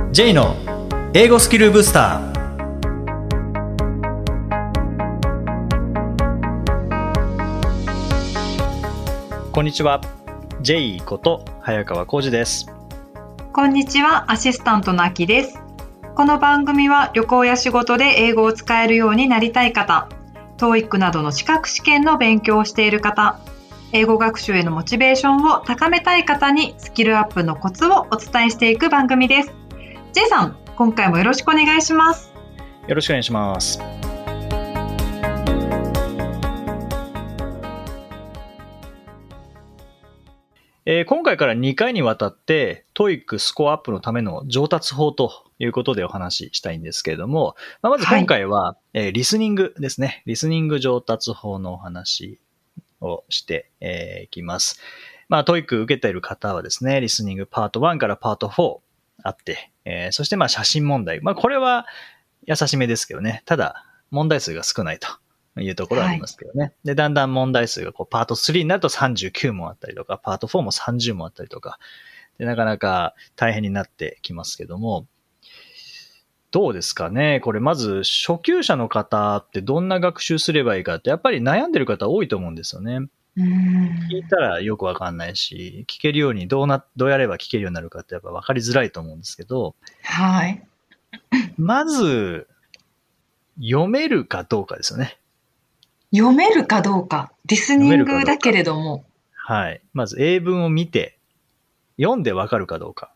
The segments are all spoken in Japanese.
J の英語スキルブスター。こんにちは、J こと早川浩二です。 こんにちは、アシスタントのあきです。この番組は旅行や仕事で英語を使えるようになりたい方、TOEIC などの資格試験の勉強をしている方、英語学習へのモチベーションを高めたい方にスキルアップのコツをお伝えしていく番組です。J さん、今回もよろしくお願いします。 よろしくお願いします。今回から2回にわたって TOEIC スコアアップのための上達法ということでお話ししたいんですけれども、まず今回は、リスニングですね。リスニング上達法のお話をしていきます。TOEIC 受けている方はですね、リスニングパート1からパート4あって、そして写真問題。これは優しめですけどね。ただ、問題数が少ないというところはありますけどね。で、だんだん問題数がパート3になると39問あったりとか、パート4も30問あったりとか、でなかなか大変になってきますけども、どうですかね。これまず初級者の方ってどんな学習すればいいかってやっぱり悩んでる方多いと思うんですよね。聞いたらよくわかんないし、聞けるようにどうやれば聞けるようになるかってやっぱわかりづらいと思うんですけど、 はい。 まず読めるかどうかですよね。 読めるかどうか。リスニングだけれども。 はい。まず英文を見て、読んでわかるかどうか。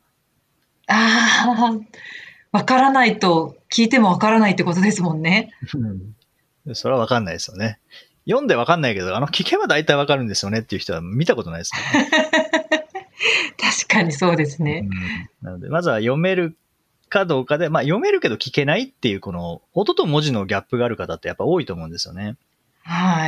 わからないと、聞いてもわからないってことですもんね。 それはわかんないですよね。読んでわかんないけど、聞けば大体わかるんですよねっていう人は見たことないですよね。 確かにそうですね。 なので、まずは読めるかどうかで、読めるけど聞けないっていう、この音と文字のギャップがある方ってやっぱ多いと思うんですよね。 はい。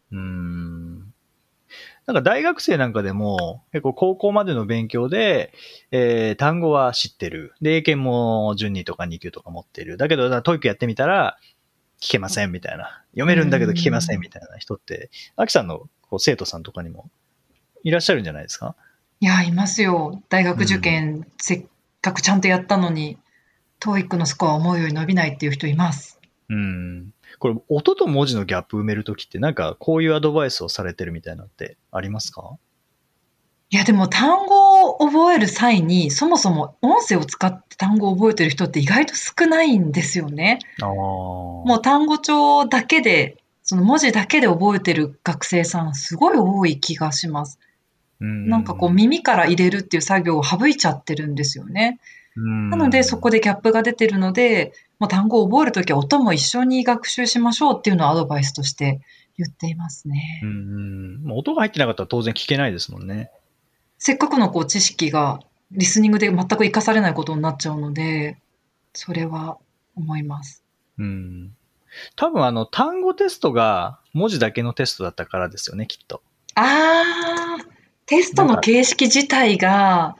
なんか大学生なんかでも、結構高校までの勉強で、単語は知ってる。で、英検も準2とか2級とか持ってる。だけど、TOEIC やってみたら、聞けませんみたいな。読めるんだけど聞けませんみたいな人って、アキさんの生徒さんとかにもいらっしゃるんじゃないですか？ いや、いますよ。大学受験、せっかくちゃんとやったのに、TOEIC のスコア思うように伸びないっていう人います。 これ、音と文字のギャップ埋めるときって、なんかこういうアドバイスをされてるみたいなのってありますか？ いや、でも単語を覚える際に、そもそも音声を使って単語を覚えてる人って意外と少ないんですよね。もう単語帳だけで、その文字だけで覚えてる学生さんすごい多い気がします。なんか耳から入れるっていう作業を省いちゃってるんですよね。なのでそこでギャップが出てるので、もう単語を覚えるときは音も一緒に学習しましょうっていうのをアドバイスとして言っていますね。 もう音が入ってなかったら当然聞けないですもんね。 せっかくの知識がリスニングで全く活かされないことになっちゃうので、それは思います。 多分単語テストが文字だけのテストだったからですよね、きっと。 テストの形式自体が、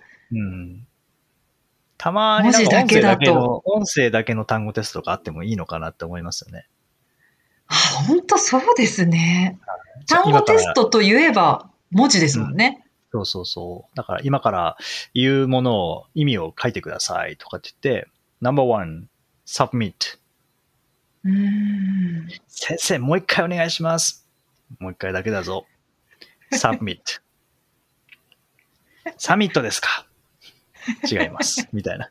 たまになんか音声だけの単語テストがあってもいいのかなって思いますよね。 本当そうですね。単語テストといえば文字ですもんね。 そう。だから今から言うものを、意味を書いてくださいとかって言って、No.1、submit。先生、もう一回お願いします。もう一回だけだぞ。submit。サミットですか？違います。みたいな。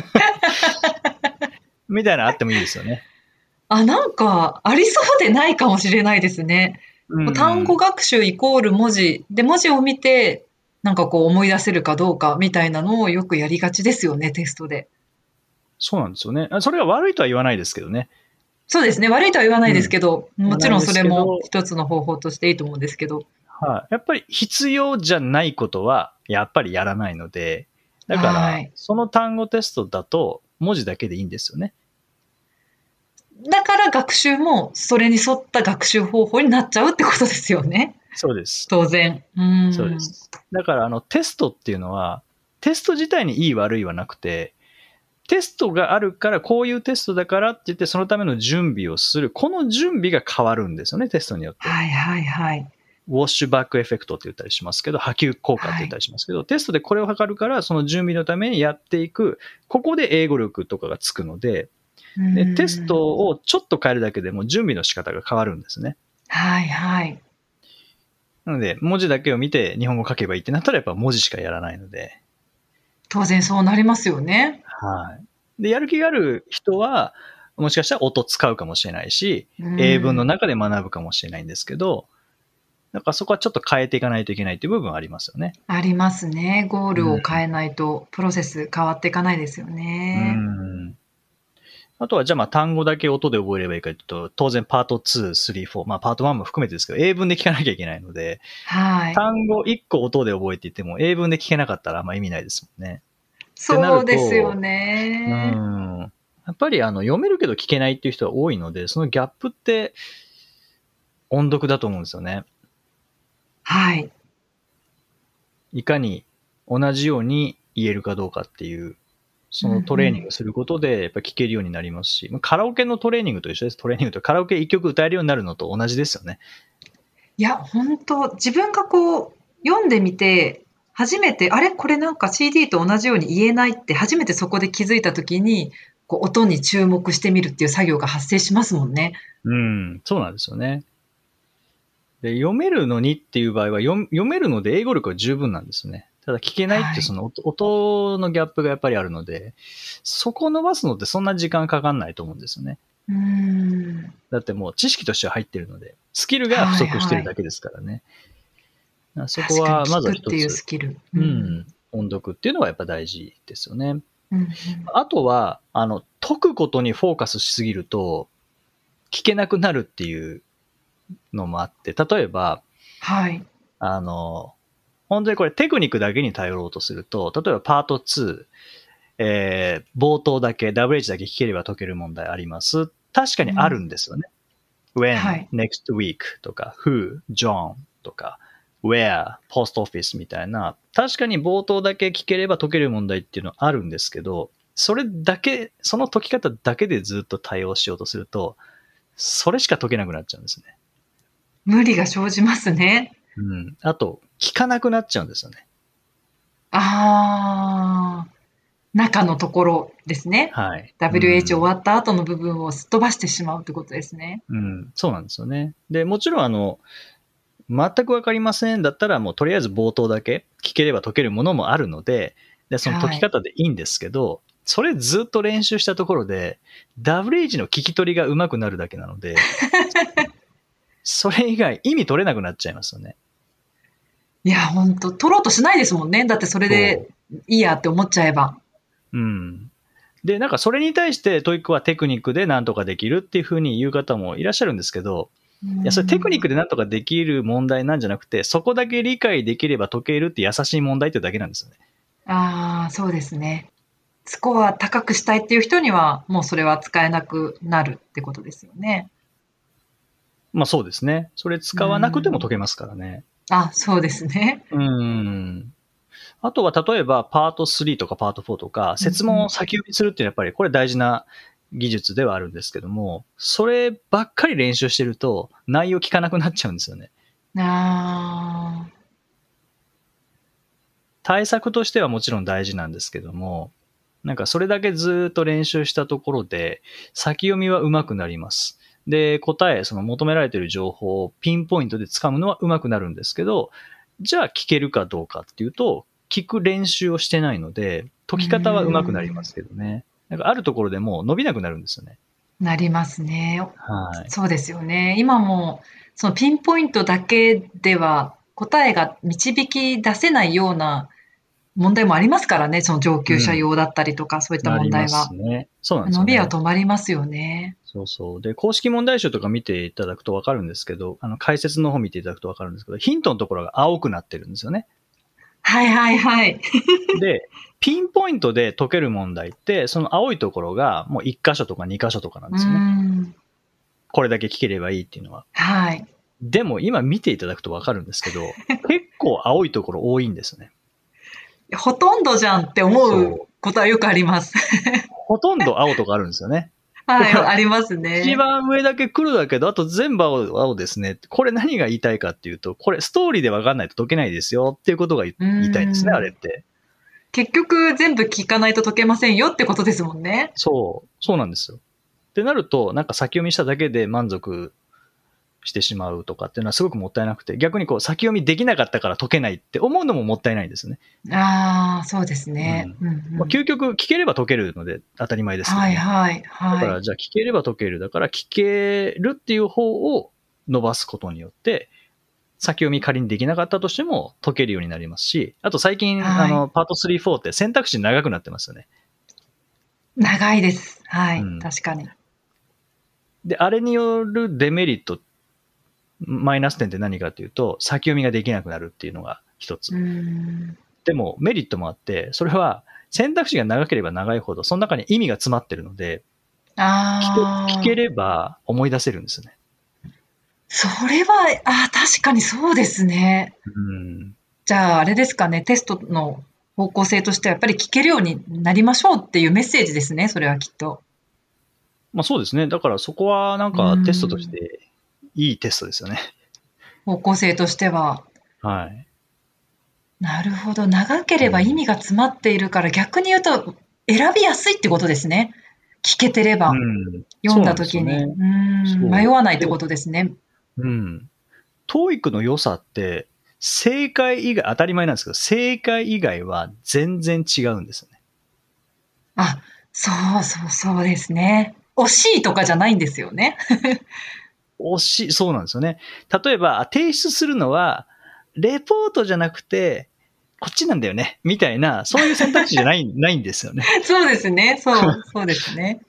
みたいなあってもいいですよね。 なんかありそうでないかもしれないですね。単語学習イコール文字。で、文字を見て、なんか思い出せるかどうかみたいなのをよくやりがちですよね、テストで。 そうなんですよね。それは悪いとは言わないですけどね。 そうですね。悪いとは言わないですけど、もちろんそれも一つの方法としていいと思うんですけど。 やっぱり必要じゃないことは、やっぱりやらないので、だから、その単語テストだと文字だけでいいんですよね。 だから学習もそれに沿った学習方法になっちゃうってことですよね。 そうです。 当然。 そうです。だからテストっていうのは、テスト自体にいい悪いはなくて、テストがあるから、こういうテストだからって言って、そのための準備をする。この準備が変わるんですよね、テストによって。 はい。 ウォッシュバックエフェクトって言ったりしますけど、波及効果って言ったりしますけど、テストでこれを測るから、その準備のためにやっていく、ここで英語力とかがつくので、テストをちょっと変えるだけでも準備の仕方が変わるんですね。 はいはい。 なので、文字だけを見て日本語書けばいいってなったらやっぱ文字しかやらないので。 当然そうなりますよね。 はい。で、やる気がある人は、もしかしたら音使うかもしれないし、英文の中で学ぶかもしれないんですけど、だからそこはちょっと変えていかないといけないっていう部分はありますよね。 ありますね。ゴールを変えないと、プロセス変わっていかないですよね。 あとは、じゃあ単語だけ音で覚えればいいかというと、当然パート2、3、4、パート1も含めてですけど、英文で聞かなきゃいけないので、 はい。 単語1個音で覚えていても、英文で聞けなかったらあんま意味ないですもんね。 そうですよね。 やっぱり読めるけど聞けないっていう人は多いので、そのギャップって音読だと思うんですよね。 はい。 いかに同じように言えるかどうかっていう、そのトレーニングすることでやっぱ聞けるようになりますし、カラオケのトレーニングと一緒です。トレーニングとカラオケ1曲歌えるようになるのと同じですよね。 いや、本当自分がこう読んでみて、初めて、あれこれなんか CD と同じように言えないって初めてそこで気づいたときに、こう音に注目してみるっていう作業が発生しますもんね。 そうなんですよね。で、読めるのにっていう場合は読めるので英語力は十分なんですよね。ただ聞けないってその音のギャップがやっぱりあるので、そこを伸ばすのってそんな時間かかんないと思うんですよね。だってもう知識としては入ってるので、スキルが不足してるだけですからね。そこはまずは一つ、音読っていうのはやっぱ大事ですよね。あとは、解くことにフォーカスしすぎると、聞けなくなるっていうのもあって、例えば、 はい。 本当にこれテクニックだけに頼ろうとすると、例えばパート2、冒頭だけ、WH だけ聞ければ解ける問題あります。確かにあるんですよね。when, next week とか、who, John とか、where, post office みたいな、確かに冒頭だけ聞ければ解ける問題っていうのはあるんですけど、それだけ、その解き方だけでずっと対応しようとすると、それしか解けなくなっちゃうんですね。 無理が生じますね。 あと、聞かなくなっちゃうんですよね。 中のところですね。 はい。 WH 終わった後の部分をすっ飛ばしてしまうってことですね。 そうなんですよね。で、もちろん全くわかりませんだったらもうとりあえず冒頭だけ聞ければ解けるものもあるので、その解き方でいいんですけど、それずっと練習したところで、WH の聞き取りが上手くなるだけなので、それ以外意味取れなくなっちゃいますよね。 いや、ほんと、取ろうとしないですもんね。だってそれでいいやって思っちゃえば。 で、なんかそれに対してトイックはテクニックでなんとかできるっていうふうに言う方もいらっしゃるんですけど、いや、それテクニックでなんとかできる問題なんじゃなくて、そこだけ理解できれば解けるって優しい問題ってだけなんですよね。 そうですね。スコア高くしたいっていう人には、もうそれは使えなくなるってことですよね。 そうですね。それ使わなくても解けますからね。 そうですね。 あとは例えばパート3とかパート4とか、設問を先読みするっていうのはやっぱりこれ大事な技術ではあるんですけども、そればっかり練習してると内容聞かなくなっちゃうんですよね。対策としてはもちろん大事なんですけども、なんかそれだけずっと練習したところで先読みは上手くなります。で、その求められている情報をピンポイントで掴むのは上手くなるんですけど、じゃあ聞けるかどうかっていうと、聞く練習をしてないので、解き方は上手くなりますけどね。なんかあるところでもう伸びなくなるんですよね。 なりますね。 はい。 そうですよね。今も、そのピンポイントだけでは答えが導き出せないような問題もありますからね。その上級者用だったりとか、そういった問題は。 ね。そうなんですよね。 伸びは止まりますよね。 そうそう。で、公式問題集とか見ていただくとわかるんですけど、解説の方見ていただくとわかるんですけど、ヒントのところが青くなってるんですよね。 はいはいはい。 で、ピンポイントで解ける問題って、その青いところがもう1箇所とか2箇所とかなんですよね。これだけ聞ければいいっていうのは。 はい。 でも今見ていただくとわかるんですけど、結構青いところ多いんですね。 ほとんどじゃんって思うことはよくあります。 ほとんど青とかあるんですよね。 はい、ありますね。 一番上だけ黒だけど、あと全部青ですね。これ何が言いたいかっていうと、これストーリーで分かんないと解けないですよっていうことが言いたいんですね、あれって。 結局全部聞かないと解けませんよってことですもんね。 そうなんですよ。ってなると、なんか先読みしただけで満足してしまうとかっていうのはすごくもったいなくて、逆にこう先読みできなかったから解けないって思うのももったいないんですね。 ああ、そうですね。 究極聞ければ解けるので当たり前ですけどね。だからじゃあ聞ければ解ける。だから聞けるっていう方を伸ばすことによって、先読み仮にできなかったとしても解けるようになりますし、あと最近、パート3、4って選択肢長くなってますよね。 長いです。はい、確かに。 で、あれによるデメリット、マイナス点って何かというと、先読みができなくなるっていうのが一つ。でもメリットもあって、それは選択肢が長ければ長いほど、その中に意味が詰まってるので、聞ければ思い出せるんですよね。 それは、確かにそうですね。じゃあ、あれですかね、テストの方向性としては、やっぱり聞けるようになりましょうっていうメッセージですね、それはきっと。 まあそうですね。だからそこはなんかテストとしていいテストですよね。 方向性としては。 はい。 なるほど。長ければ意味が詰まっているから、逆に言うと選びやすいってことですね。聞けてれば。読んだ時に。迷わないってことですね。 TOEIC の良さって、正解以外、当たり前なんですけど、正解以外は全然違うんですよね。 そうですね。惜しいとかじゃないんですよね。 惜しい、そうなんですよね。例えば、提出するのは、レポートじゃなくて、こっちなんだよね、みたいな、そういう選択肢じゃないんですよね。 そうですね。そうですね。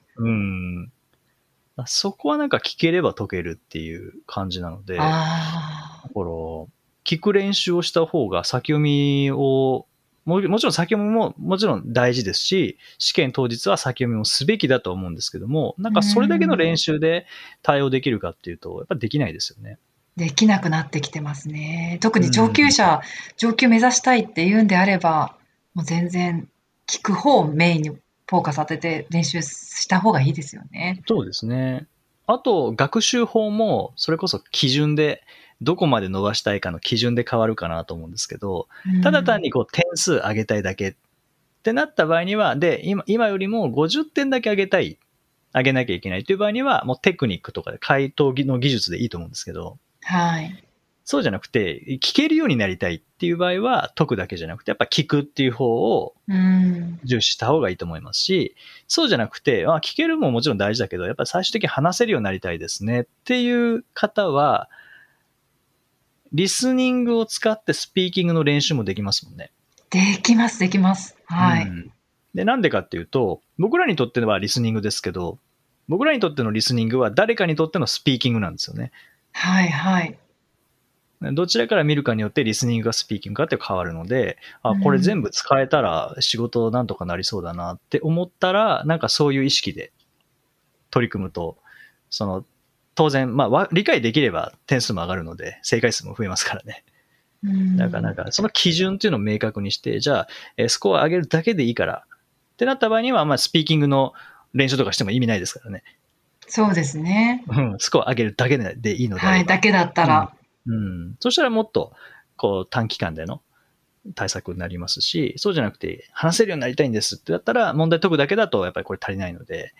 そこはなんか聞ければ解けるっていう感じなので、だから聞く練習をした方が先読みを、もちろん先読みももちろん大事ですし、試験当日は先読みもすべきだと思うんですけども、なんかそれだけの練習で対応できるかっていうと、やっぱできないですよね。 できなくなってきてますね。特に上級目指したいっていうんであれば、もう全然聞く方をメインにフォーカス当てて練習した方がいいですよね。 そうですね。あと、学習法も、それこそ基準で、どこまで伸ばしたいかの基準で変わるかなと思うんですけど、ただ単にこう点数上げたいだけってなった場合には、で、今よりも50点だけ上げなきゃいけないという場合には、もうテクニックとかで回答の技術でいいと思うんですけど、 はい。 そうじゃなくて、聞けるようになりたいっていう場合は、解くだけじゃなくて、やっぱ聞くっていう方を重視した方がいいと思いますし、そうじゃなくて、聞けるももちろん大事だけど、やっぱり最終的に話せるようになりたいですねっていう方は、リスニングを使ってスピーキングの練習もできますもんね。 できます。はい。 で、なんでかっていうと、僕らにとってはリスニングですけど、僕らにとってのリスニングは誰かにとってのスピーキングなんですよね。 はい。 どちらから見るかによってリスニングがスピーキングかって変わるので、これ全部使えたら仕事なんとかなりそうだなって思ったら、なんかそういう意識で取り組むと、当然、理解できれば点数も上がるので、正解数も増えますからね。なんかその基準っていうのを明確にして、じゃあ、スコア上げるだけでいいからってなった場合には、スピーキングの練習とかしても意味ないですからね。 そうですね。 スコア上げるだけでいいのであれば。 はい、だけだったら。 そしたらもっと、短期間での対策になりますし、そうじゃなくて、話せるようになりたいんですってだったら、問題解くだけだと、やっぱりこれ足りないので、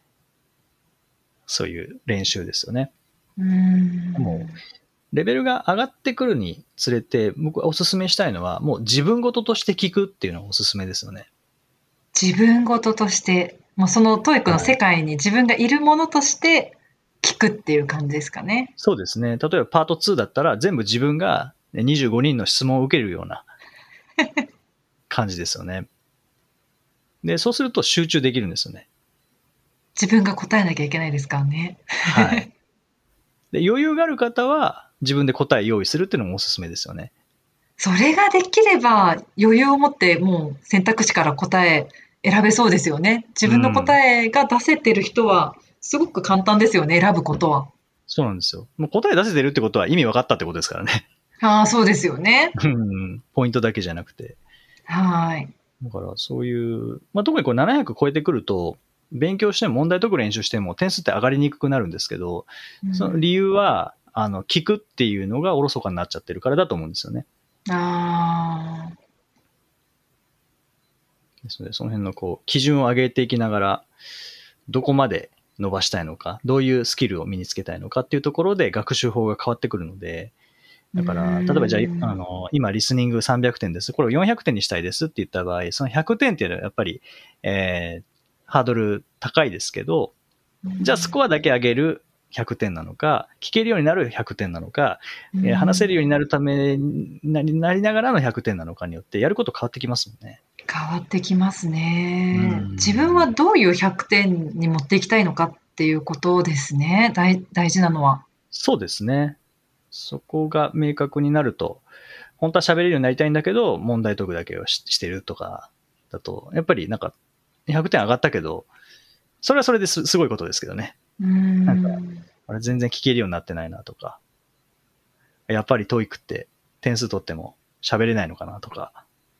そういう練習ですよね。もう、レベルが上がってくるにつれて、僕はお勧めしたいのは、もう自分事として聞くっていうのがお勧めですよね。 自分事として、もうそのトイックの世界に自分がいるものとして聞くっていう感じですかね。 そうですね。例えばパート2だったら、全部自分が25人の質問を受けるような感じですよね。で、そうすると集中できるんですよね。 自分が答えなきゃいけないですからね。 はい。で、余裕がある方は自分で答え用意するっていうのもおすすめですよね。 それができれば余裕を持ってもう選択肢から答え選べそうですよね。自分の答えが出せてる人はすごく簡単ですよね、選ぶことは。 そうなんですよ。もう答え出せてるってことは意味分かったってことですからね。 そうですよね。 ポイントだけじゃなくて。 はい。 だからそういう、特に700超えてくると、 勉強しても問題解く練習しても点数って上がりにくくなるんですけど、その理由は、聞くっていうのがおろそかになっちゃってるからだと思うんですよね。ですので、その辺の基準を上げていきながら、どこまで伸ばしたいのか、どういうスキルを身につけたいのかっていうところで学習法が変わってくるので、だから、例えばじゃあ、今リスニング300点です。これを400点にしたいですって言った場合、その100点っていうのはやっぱり、ハードル高いですけど、じゃあスコアだけ上げる100点なのか、聞けるようになる100点なのか、話せるようになるためになりながらの100点なのかによってやること変わってきますもんね。 変わってきますね。自分はどういう100点に持っていきたいのかっていうことですね。大事なのは。 そうですね。そこが明確になると、本当は喋れるようになりたいんだけど、問題解くだけをしてるとかだと、やっぱりなんか100点上がったけど、それはそれですごいことですけどね。なんか、あれ全然聞けるようになってないなとか、やっぱり TOEIC って点数取っても喋れないのかなとか、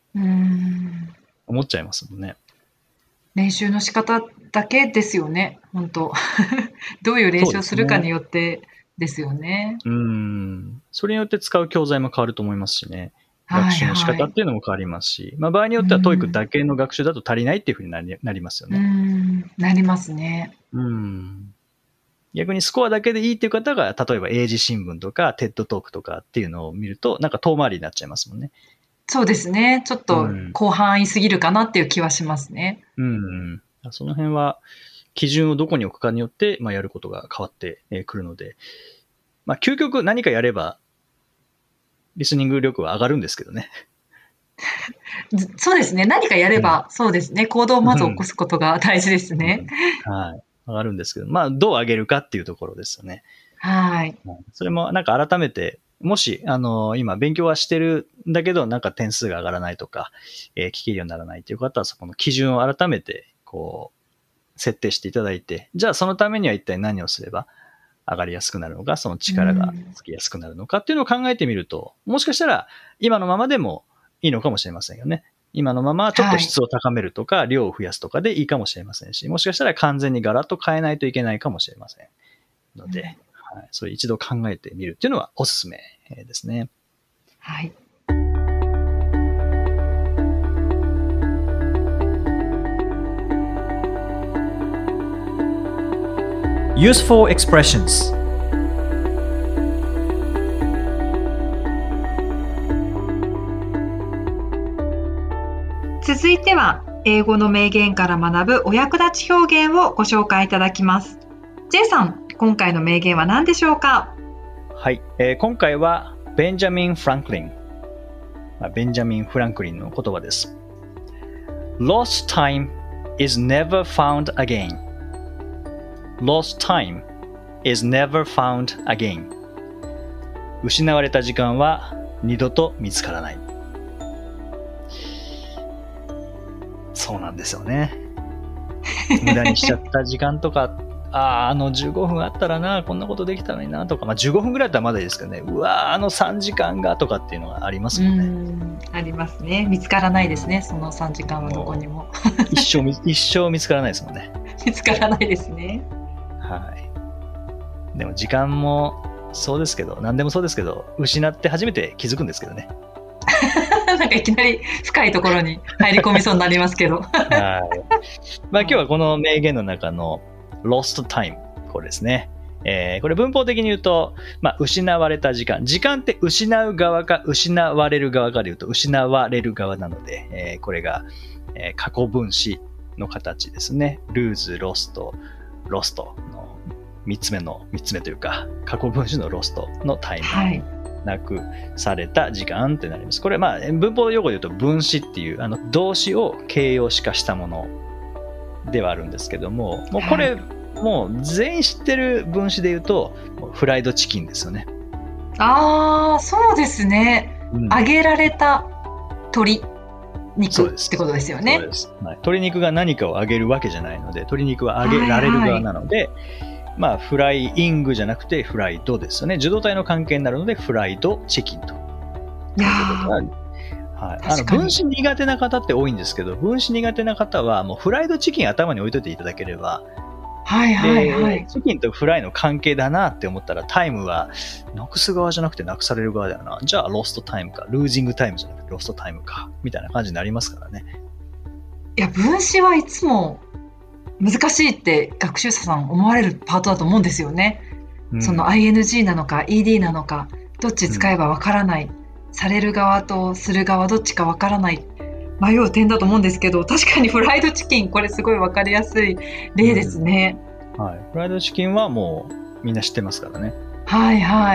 思っちゃいますもんね。 練習の仕方だけですよね、本当どういう練習をするかによってですよね。 それによって使う教材も変わると思いますしね。学習の仕方っていうのも変わりますし、場合によっては TOEIC だけの学習だと足りないっていうふうになりますよね。 なりますね。 逆にスコアだけでいいっていう方が、例えば英字新聞とか TED トークとかっていうのを見ると、なんか遠回りになっちゃいますもんね。 そうですね。ちょっと広範囲すぎるかなっていう気はしますね。 その辺は基準をどこに置くかによって、やることが変わってくるので、究極何かやればリスニング力は上がるんですけどね。 そうですね。何かやれば、そうですね。行動をまず起こすことが大事ですね。 上がるんですけど、どう上げるかっていうところですよね。それもなんか改めて、もし、今勉強はしてるんだけど、なんか点数が上がらないとか、聞けるようにならないという方は、そこの基準を改めて、設定していただいて、じゃあそのためには一体何をすれば上がりやすくなるのか、その力がつきやすくなるのかっていうのを考えてみると、もしかしたら今のままでもいいのかもしれませんよね。今のままちょっと質を高めるとか、量を増やすとかでいいかもしれませんし、もしかしたら完全にガラッと変えないといけないかもしれませんので、それ一度考えてみるっていうのはおすすめですね。 はい。 Useful expressions。 続いては、英語の名言から学ぶお役立ち表現をご紹介いただきます。J さん、今回の名言は何でしょうか？ はい、今回はベンジャミン・フランクリン。ベンジャミン・フランクリンの言葉です。Lost time is never found again.Lost time is never found again. 失われた時間は二度と見つからない。そうなんですよね。無駄にしちゃった時間とか、15分あったらな、こんなことできたのになとか、15分ぐらいだったらまだいいですけどね、3時間がとかっていうのがありますもんね。 ありますね。見つからないですね、その3時間はどこにも。 一生見つからないですもんね。 見つからないですね。 でも時間もそうですけど、何でもそうですけど、失って初めて気づくんですけどね。 なんかいきなり深いところに入り込みそうになりますけど。 今日はこの名言の中の lost time、これですね。これ文法的に言うと、失われた時間。時間って失う側か失われる側かで言うと失われる側なので、これが、過去分詞の形ですね。lose, lost の3つ目というか、過去分詞の lost のタイム。なくされた時間ってなります。これ文法用語で言うと分詞っていう動詞を形容詞化したものではあるんですけども、もうこれ、もう全員知ってる分詞で言うとフライドチキンですよね。 そうですね。揚げられた鶏肉ってことですよね。 そうです。鶏肉が何かを揚げるわけじゃないので、鶏肉は揚げられる側なので、フライイングじゃなくてフライドですよね。受動体の関係になるのでフライドチキンということがはい、分子苦手な方って多いんですけど、分子苦手な方はもうフライドチキン頭に置いといていただければ、 はいはいはい。 チキンとフライの関係だなって思ったら、タイムはなくす側じゃなくてなくされる側だよな。じゃあロストタイムか、ルージングタイムじゃなくてロストタイムか、みたいな感じになりますからね。 いや、分子はいつも難しいって学習者さん思われるパートだと思うんですよね。その ING なのか ED なのか、どっち使えばわからない、される側とする側どっちかわからない、迷う点だと思うんですけど、確かにフライドチキン、これすごいわかりやすい例ですね。 はい、フライドチキンはもうみんな知ってますからね。 はいはい。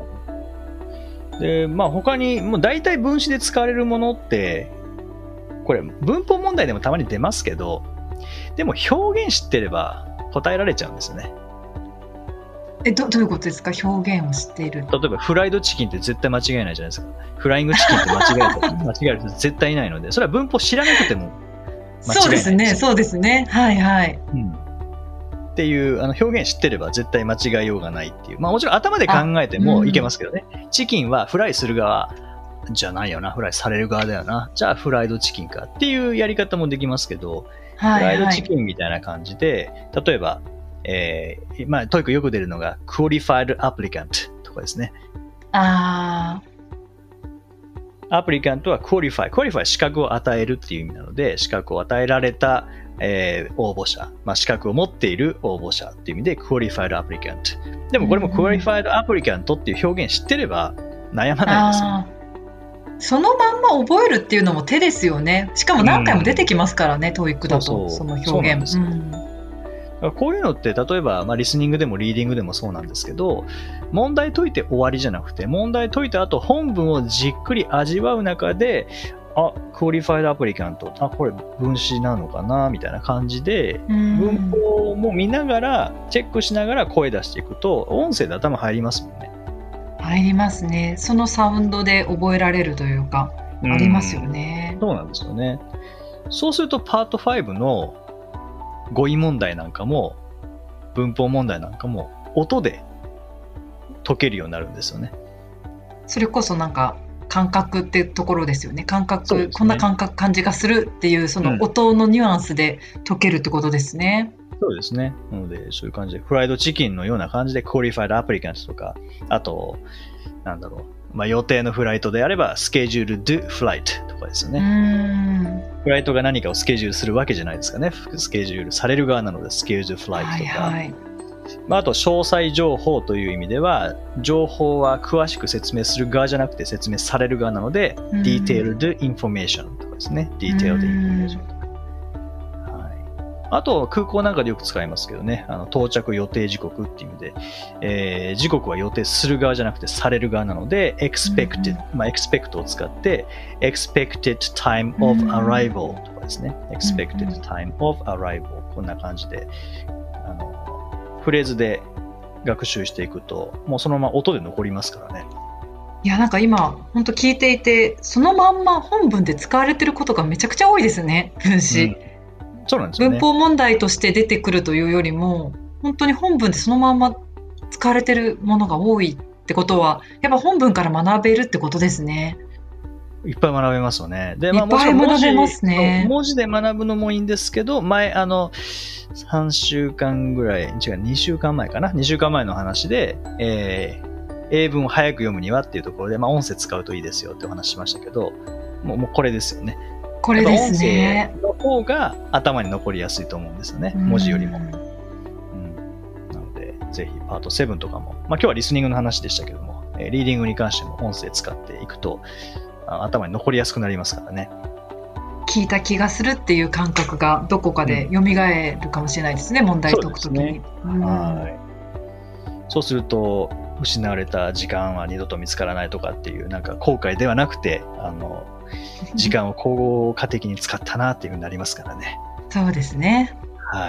で、他にもう大体分子で使われるものって、これ文法問題でもたまに出ますけど、でも表現知ってれば答えられちゃうんですよね。 どういうことですか？表現を知っている。 例えばフライドチキンって絶対間違いないじゃないですか。フライングチキンって間違える人絶対いないので、それは文法知らなくても間違いないです。 そうですね、そうですね。はいはい。 っていう表現知ってれば絶対間違いようがないっていう。もちろん頭で考えてもいけますけどね。チキンはフライする側じゃないよな、フライされる側だよな。じゃあフライドチキンかっていうやり方もできますけど、フライドチキンみたいな感じで、例えば、トイックよく出るのが Qualified Applicant とかですね。 アプリカントは Qualify 資格を与えるっていう意味なので、資格を与えられた、応募者、資格を持っている応募者っていう意味で Qualified Applicant。でもこれも Qualified Applicant っていう表現知ってれば悩まないですよね。 そのまんま覚えるっていうのも手ですよね。しかも何回も出てきますからね、TOEIC だと、その表現。 こういうのって例えば、リスニングでもリーディングでもそうなんですけど、問題解いて終わりじゃなくて、問題解いた後本文をじっくり味わう中で、クオリファイドアプリカント、これ分子なのかなみたいな感じで、文法も見ながらチェックしながら声出していくと音声で頭入りますもんね。 入りますね。そのサウンドで覚えられるというか、ありますよね。 そうなんですよね。そうするとパート5の語彙問題なんかも文法問題なんかも音で解けるようになるんですよね。 それこそなんか感覚ってところですよね。感覚、ね、こんな感じがするっていうその音のニュアンスで解けるってことですね。 そうですね。なのでそういう感じでフライドチキンのような感じでクオリファイドアプリカントとか、あとなんだろう、予定のフライトであればスケジュールドゥフライトとかですよね。フライトが何かをスケジュールするわけじゃないですかね。スケジュールされる側なのでスケジュールフライトとか、あと詳細情報という意味では情報は詳しく説明する側じゃなくて説明される側なので、detailed information とかですね。detailed information とか、あと空港なんかでよく使いますけどね、到着予定時刻っていう意味で、時刻は予定する側じゃなくてされる側なので expect を使って expected time of arrival とかですね。expected time of arrival、 こんな感じでフレーズで学習していくともうそのまま音で残りますからね。 いや、なんか今本当聞いていてそのまんま本文で使われてることがめちゃくちゃ多いですね、分子。 そうなんですよね。 文法問題として出てくるというよりも本当に本文でそのまま使われてるものが多いってことはやっぱ本文から学べるってことですね。 いっぱい学べますよね。で、 いっぱい学べますね。 文字で学ぶのもいいんですけど、前3週間ぐらい、2週間前かな、2週間前の話で、英文を早く読むにはっていうところで、音声使うといいですよってお話しましたけど、もうこれですよね。 これですね。 音声の方が頭に残りやすいと思うんですよね、文字よりも。なので、ぜひパート7とかも、今日はリスニングの話でしたけども、リーディングに関しても音声使っていくと、頭に残りやすくなりますからね。 聞いた気がするっていう感覚がどこかで蘇るかもしれないですね、問題解くときに。 そうすると失われた時間は二度と見つからないとかっていうなんか後悔ではなくて時間を効果的に使ったなっていう風になりますからね。 そうですね。 はい。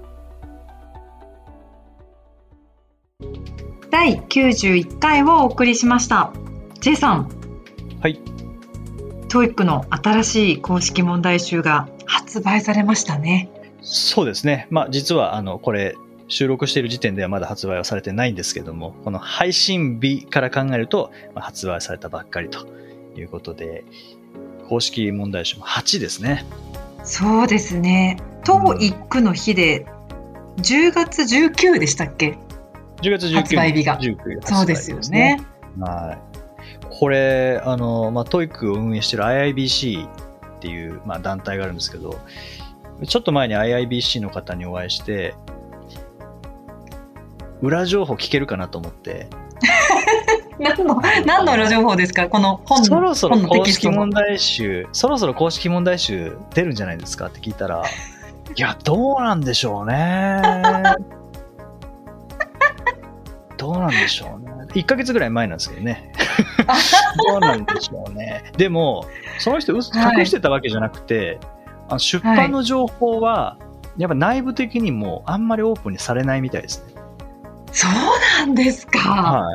第91回をお送りしました。J さん。 はい。 TOEIC の新しい公式問題集が発売されましたね。 そうですね。実はこれ収録している時点ではまだ発売はされてないんですけども、この配信日から考えると発売されたばっかりということで、 公式問題集も8ですね。 そうですね。TOEICの日で10月19でしたっけ ？10月19日発売日が。そうですよね。 はい。これTOEICを運営している IIBC っていう、団体があるんですけど、ちょっと前に IIBC の方にお会いして裏情報聞けるかなと思って何の裏情報ですか？この本そろそろ公式本問題集出るんじゃないですかって聞いたらいやどうなんでしょうねどうなんでしょうね。1ヶ月ぐらい前なんですけどねどうなんでしょうね。でもその人隠してたわけじゃなくて、出版の情報はやっぱ内部的にもあんまりオープンにされないみたいですね。 そうなんですか。 はい。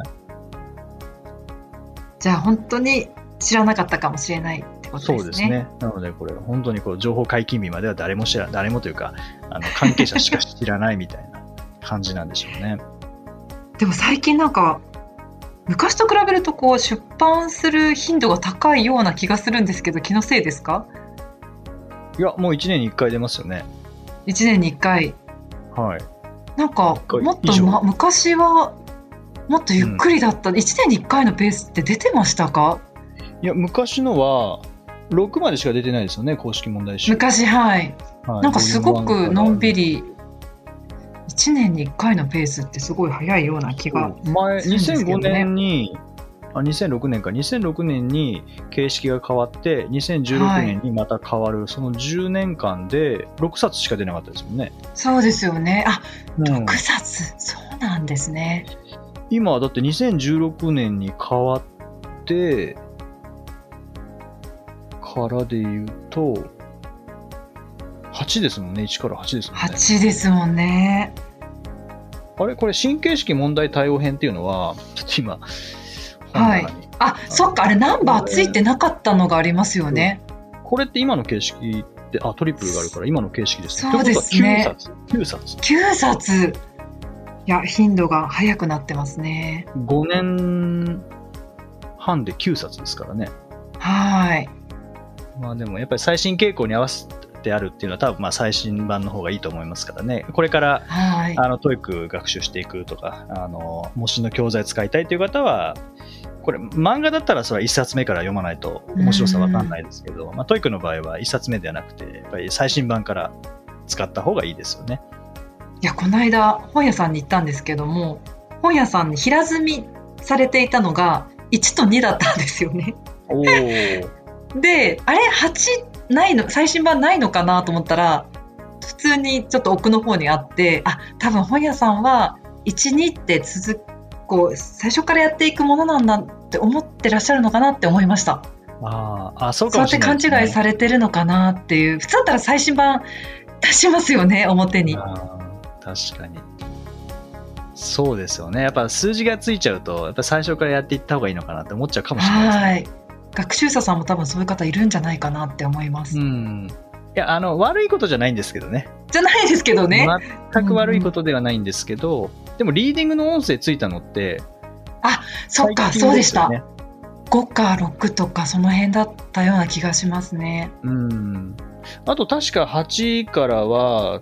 じゃあ本当に知らなかったかもしれないってことですね。 そうですね。なのでこれ本当に情報解禁日までは誰もというか関係者しか知らないみたいな感じなんでしょうね。 でも最近なんか昔と比べると出版する頻度が高いような気がするんですけど、気のせいですか？ いやもう1年に1回出ますよね。 1年に1回。 はい。 なんかもっと、昔はもっとゆっくりだった、1年に1回のペースって出てましたか？ いや昔のは6までしか出てないですよね、公式問題集。 昔、はい。なんかすごくのんびり1年に1回のペースってすごい早いような気がするんですけどね。 2005年に2006年に形式が変わって2016年にまた変わる、その10年間で6冊しか出なかったですもんね。 そうですよね。6冊。そうなんですね。 今はだって2016年に変わってからでいうと8ですもんね。1から8ですもんね。 8ですもんね。 あれこれ新形式問題対応編っていうのはちょっと今はい。そっか、あれナンバーついてなかったのがありますよね。 これって今の形式ってトリプルがあるから今の形式ですね。 そうですね。 9冊。 9冊。いや、頻度が早くなってますね。 5年半で9冊ですからね。 はい。 でもやっぱり最新傾向に合わせてあるっていうのは多分最新版の方がいいと思いますからね。これから、TOEIC 学習していくとか模試の教材使いたいという方はこれ漫画だったらそれは1冊目から読まないと面白さわかんないですけど、TOEIC の場合は1冊目ではなくてやっぱり最新版から使った方がいいですよね。 いや、この間本屋さんに行ったんですけども、本屋さんに平積みされていたのが1と2だったんですよね。で、あれ8ないの、最新版ないのかなと思ったら普通にちょっと奥の方にあって、多分本屋さんは1、2って最初からやっていくものなんだって思ってらっしゃるのかなって思いました。 そうかもしれないですね。 そうやって勘違いされてるのかなっていう。普通だったら最新版出しますよね、表に。 確かにそうですよね。やっぱ数字がついちゃうとやっぱ最初からやっていった方がいいのかなって思っちゃうかもしれないですね。 学習者さんも多分そういう方いるんじゃないかなって思います。 いや悪いことじゃないんですけどね。 じゃないですけどね。 全く悪いことではないんですけど、でもリーディングの音声ついたのってそっか、そうでした。5か6とかその辺だったような気がしますね。 あと確か8からは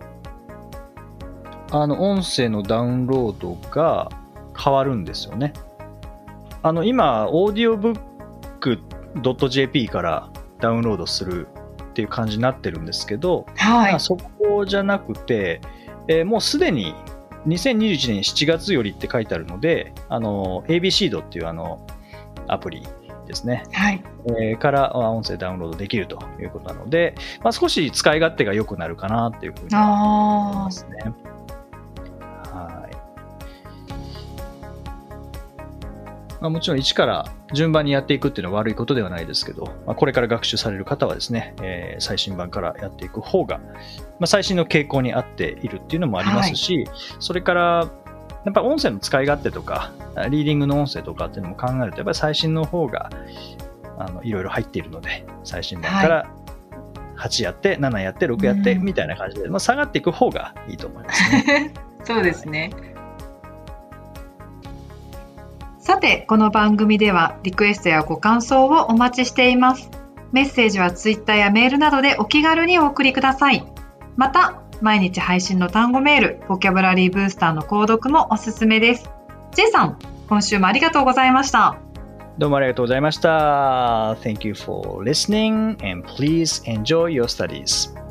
音声のダウンロードが変わるんですよね。今オーディオブック .jp からダウンロードするっていう感じになってるんですけど、そこじゃなくて、もうすでに2021年7月よりって書いてあるのでABCD っていうアプリですね、から音声ダウンロードできるということなので、少し使い勝手が良くなるかなっていうふうに思いますね。もちろん一から順番にやっていくっていうのは悪いことではないですけど、これから学習される方はですね、最新版からやっていく方が、最新の傾向に合っているっていうのもありますし、それからやっぱり音声の使い勝手とかリーディングの音声とかっていうのも考えるとやっぱり最新の方がいろいろ入っているので、最新版から8やって7やって6やってみたいな感じで、下がっていく方がいいと思いますね。 そうですね。さて、この番組ではリクエストやご感想をお待ちしています。 メッセージはツイッターやメールなどでお気軽にお送りください。また、毎日配信の単語メール、ボキャブラリーブースターの購読もおすすめです。J さん、今週もありがとうございました。 どうもありがとうございました。Thank you for listening and please enjoy your studies.